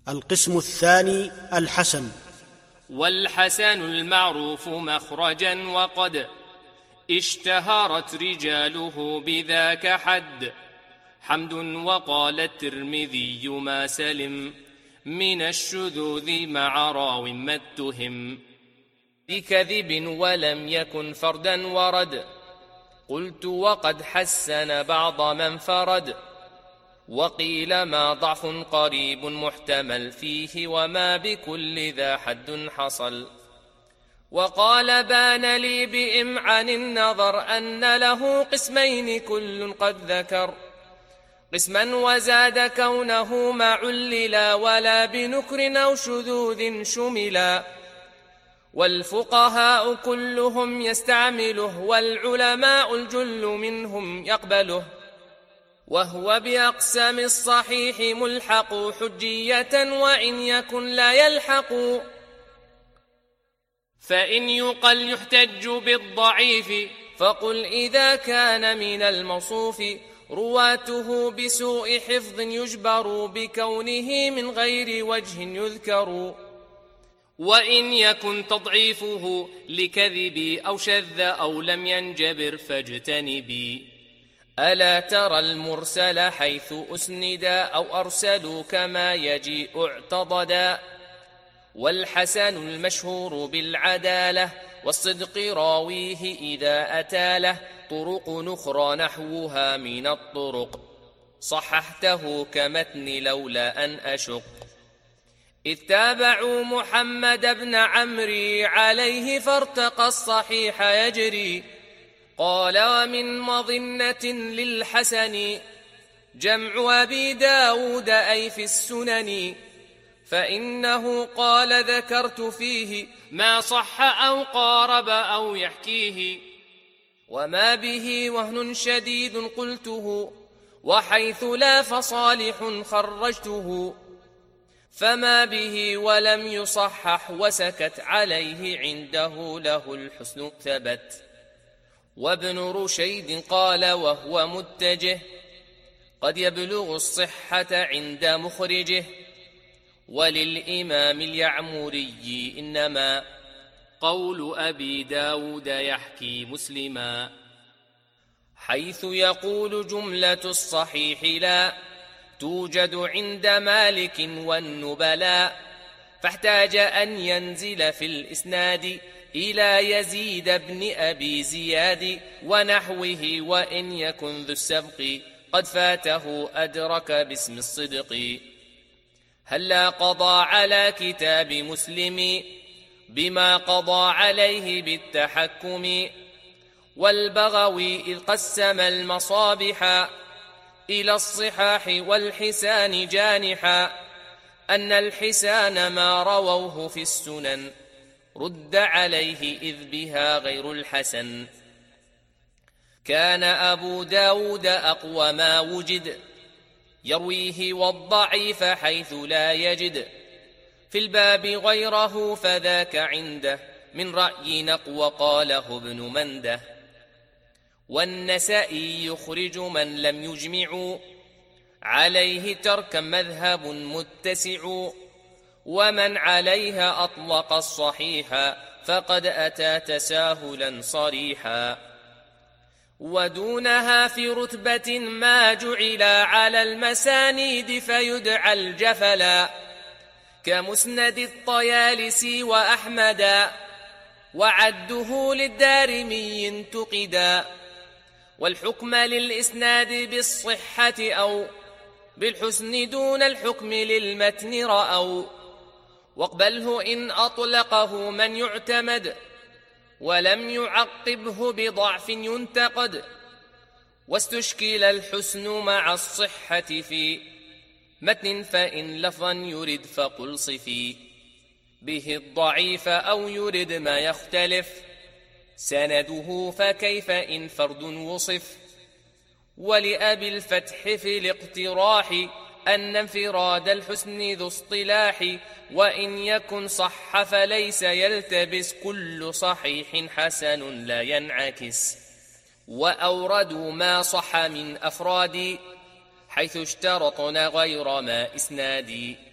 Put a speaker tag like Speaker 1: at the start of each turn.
Speaker 1: القسم الثاني الحسن.
Speaker 2: والحسن المعروف مخرجا وقد اشتهرت رجاله بذاك حد حمد. وقال الترمذي ما سلم من الشذوذ مع راو ما اتهم بكذب ولم يكن فردا ورد. قلت وقد حسن بعض من فرد وقيل ما ضعف قريب محتمل فيه وما بكل ذا حد حصل. وقال بان لي بإمعان النظر أن له قسمين كل قد ذكر قسما وزاد كونه ما عللا ولا بنكر أو شذوذ شملا. والفقهاء كلهم يستعمله والعلماء الجل منهم يقبله وهو بأقسام الصحيح ملحق حجية وإن يكن لا يلحق. فإن يقل يحتج بالضعيف فقل إذا كان من الموصوف رواته بسوء حفظ يجبر بكونه من غير وجه يذكر. وإن يكن تضعيفه لكذب أو شذ أو لم ينجبر فاجتنبي. ألا ترى المرسل حيث أسندا أو أرسلوا كما يجيء اعتضدا. والحسن المشهور بالعدالة والصدق راويه إذا أتى له طرق نخرى نحوها من الطرق صححته كمتن لولا أن أشق. إذ تابعوا محمد بن عمرو عليه فارتقى الصحيح يجري. قال ومن مظنة للحسن جمع أبي داود أي في السنن فإنه قال ذكرت فيه ما صح أو قارب أو يحكيه. وما به وهن شديد قلته وحيث لا فصالح خرجته. فما به ولم يصحح وسكت عليه عنده له الحسن ثبت. وابن رشيد قال وهو متجه قد يبلغ الصحة عند مخرجه. وللإمام اليعمري إنما قول أبي داود يحكي مسلما حيث يقول جملة الصحيح لا توجد عند مالك والنبلاء. فاحتاج أن ينزل في الإسناد إلى يزيد بن أبي زياد ونحوه وإن يكن ذو السبق قد فاته أدرك باسم الصدق. هلا قضى على كتاب مسلم بما قضى عليه بالتحكم. والبغوي إذ قسم المصابح إلى الصحاح والحسان جانحا أن الحسان ما رووه في السنن رد عليه إذ بها غير الحسن. كان أبو داود أقوى ما وجد يرويه والضعيف حيث لا يجد في الباب غيره فذاك عنده من رأي نقوى قاله ابن منده. والنسائي يخرج من لم يجمع عليه تركا مذهب متسع. ومن عليها أطلق الصحيح فقد أتى تساهلا صريحا. ودونها في رتبة ما جعل على المسانيد فيدعى الجفلا كمسند الطيالسي وأحمدا وعده للدارمي انتقدا. والحكم للإسناد بالصحة أو بالحسن دون الحكم للمتن رأوا. واقبله إن أطلقه من يعتمد ولم يعقبه بضعف ينتقد. واستشكل الحسن مع الصحة في متن فإن لفظا يرد فقل صفي به الضعيف أو يرد ما يختلف سنده فكيف إن فرد وصف. ولأبي الفتح في الاقتراح أن انفراد الحسن ذو اصطلاح وإن يكن صح فليس يلتبس كل صحيح حسن لا ينعكس. وأوردوا ما صح من أفراد حيث اشترطن غير ما إسنادي.